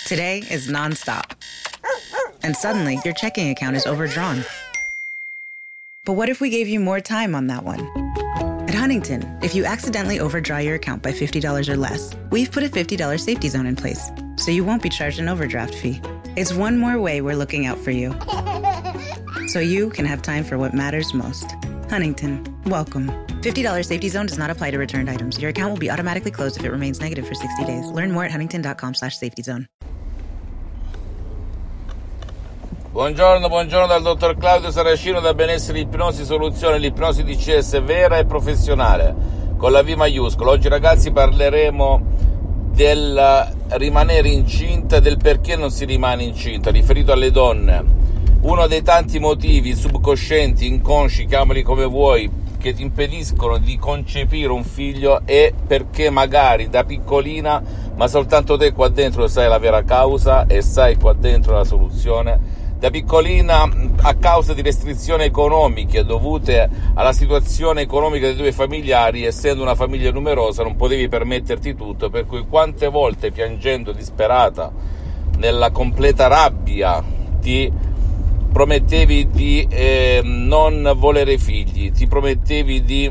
Today is nonstop. And suddenly, your checking account is overdrawn. But what if we gave you more time on that one? At Huntington, if you accidentally overdraw your account by $50 or less, we've put a $50 safety zone in place, so you won't be charged an overdraft fee. It's one more way we're looking out for you, so you can have time for what matters most. Huntington, welcome. $50 safety zone does not apply to returned items. Your account will be automatically closed if it remains negative for 60 days. Learn more at huntington.com/safetyzone. Buongiorno dal dottor Claudio Saracino da Benessere Ipnosi Soluzione, l'ipnosi DCS vera e professionale, con la V maiuscola. Oggi ragazzi parleremo del rimanere incinta, del perché non si rimane incinta, riferito alle donne. Uno dei tanti motivi subconscienti, inconsci, chiamali come vuoi, che ti impediscono di concepire un figlio è perché magari da piccolina, ma soltanto te qua dentro sai la vera causa e sai qua dentro la soluzione. Da piccolina, a causa di restrizioni economiche dovute alla situazione economica dei tuoi familiari, essendo una famiglia numerosa non potevi permetterti tutto, per cui quante volte piangendo disperata nella completa rabbia ti promettevi di non volere figli, ti promettevi di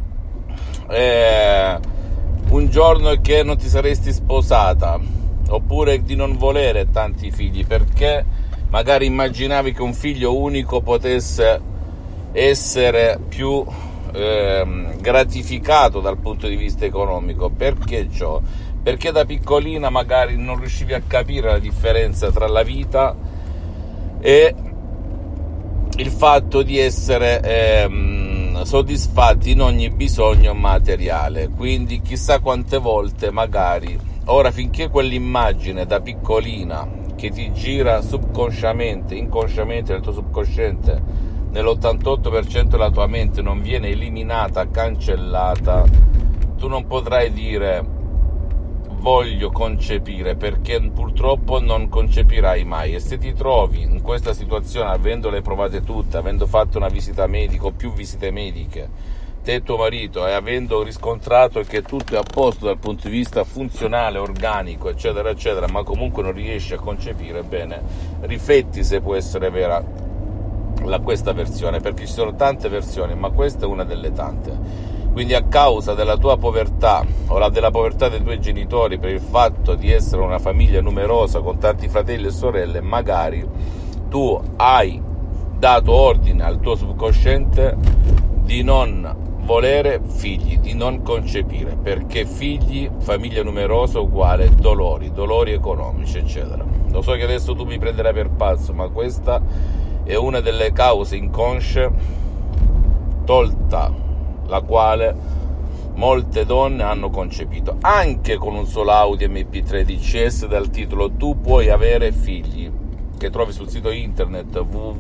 un giorno che non ti saresti sposata, oppure di non volere tanti figli perché magari immaginavi che un figlio unico potesse essere più gratificato dal punto di vista economico. Perché ciò? Perché da piccolina magari non riuscivi a capire la differenza tra la vita e il fatto di essere soddisfatti in ogni bisogno materiale. Quindi chissà quante volte magari, ora finché quell'immagine da piccolina che ti gira subconsciamente, inconsciamente nel tuo subconsciente, nell'88% della tua mente non viene eliminata, cancellata, tu non potrai dire voglio concepire, perché purtroppo non concepirai mai. E se ti trovi in questa situazione, avendole provate tutte, avendo fatto una visita medica o più visite mediche, te e tuo marito, e avendo riscontrato che tutto è a posto dal punto di vista funzionale, organico, eccetera eccetera, ma comunque non riesci a concepire bene, rifletti se può essere vera questa versione, perché ci sono tante versioni, ma questa è una delle tante. Quindi a causa della tua povertà o della povertà dei tuoi genitori, per il fatto di essere una famiglia numerosa con tanti fratelli e sorelle, magari tu hai dato ordine al tuo subconsciente di non volere figli, di non concepire, perché figli, famiglia numerosa uguale dolori economici, eccetera. Lo so che adesso tu mi prenderai per pazzo, ma questa è una delle cause inconsce, tolta la quale molte donne hanno concepito, anche con un solo audio MP3 DCS dal titolo Tu puoi avere figli, che trovi sul sito internet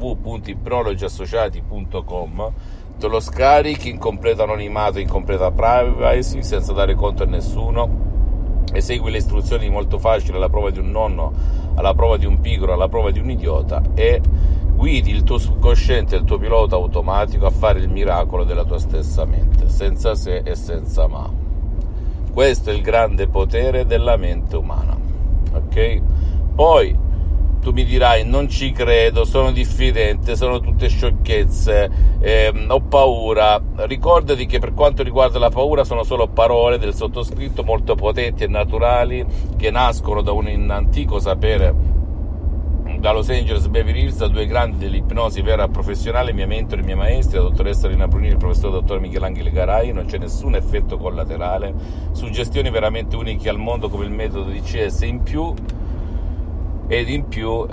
www.ipnologiassociati.com. te lo scarichi in completo anonimato, in completa privacy, senza dare conto a nessuno, e segui le istruzioni molto facili, alla prova di un nonno, alla prova di un pigro, alla prova di un idiota, e guidi il tuo subconsciente, il tuo pilota automatico a fare il miracolo della tua stessa mente, senza se e senza ma. Questo è il grande potere della mente umana, ok? Poi tu mi dirai non ci credo, sono diffidente, sono tutte sciocchezze, ho paura. Ricordati che per quanto riguarda la paura sono solo parole del sottoscritto molto potenti e naturali, che nascono da un antico sapere da Los Angeles, Beverly Hills, da due grandi dell'ipnosi vera professionale, miei mentori, miei maestri, la dottoressa Rina Brunini e il professor dottor Michelangelo Garai. Non c'è nessun effetto collaterale, suggestioni veramente uniche al mondo come il metodo DCS in più. Ed in più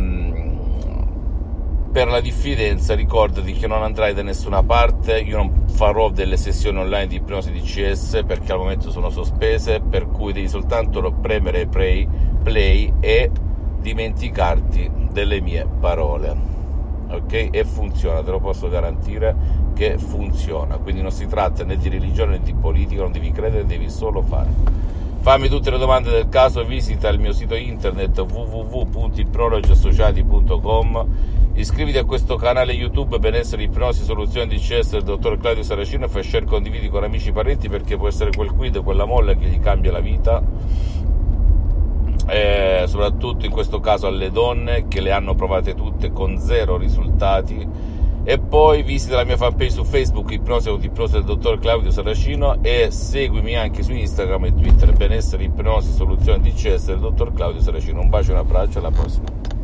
per la diffidenza ricordati che non andrai da nessuna parte. Io non farò delle sessioni online di ipnosi DCS perché al momento sono sospese, per cui devi soltanto premere play e dimenticarti delle mie parole, ok? E funziona, te lo posso garantire che funziona. Quindi non si tratta né di religione né di politica, non devi credere, devi solo fare. Fammi tutte le domande del caso, visita il mio sito internet www.ipnologiassociati.com, iscriviti a questo canale YouTube Benessere Ipnosi Soluzione DCS del dottor Claudio Saracino e fai share, condividi con amici e parenti, perché può essere quel quid, quella molla che gli cambia la vita. soprattutto in questo caso alle donne che le hanno provate tutte con 0 risultati. E poi visita la mia fanpage su Facebook, Ipnosi Autoipnosi del dottor Claudio Saracino, e seguimi anche su Instagram e Twitter, Benessere, Ipnosi, Soluzione DCS del dottor Claudio Saracino. Un bacio e un abbraccio, alla prossima.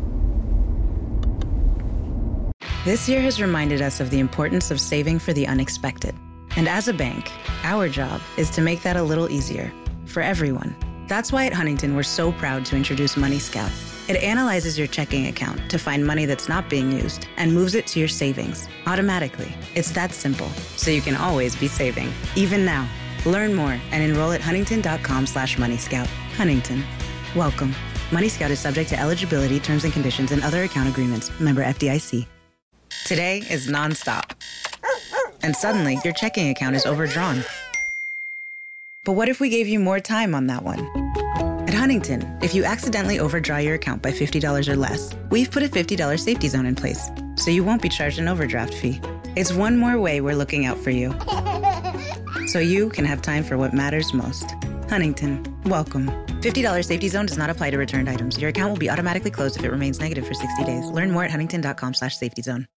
This year has reminded us of the importance of saving for the unexpected. And as a bank, our job is to make that a little easier for everyone. That's why at Huntington, we're so proud to introduce Money Scout. It analyzes your checking account to find money that's not being used and moves it to your savings automatically. It's that simple, so you can always be saving, even now. Learn more and enroll at huntington.com/moneyscout. Huntington. Welcome. Money Scout is subject to eligibility, terms and conditions, and other account agreements. Member FDIC. Today is nonstop. And suddenly, your checking account is overdrawn. But what if we gave you more time on that one? At Huntington, if you accidentally overdraw your account by $50 or less, we've put a $50 safety zone in place, so you won't be charged an overdraft fee. It's one more way we're looking out for you, so you can have time for what matters most. Huntington, welcome. $50 safety zone does not apply to returned items. Your account will be automatically closed if it remains negative for 60 days. Learn more at huntington.com/safety zone.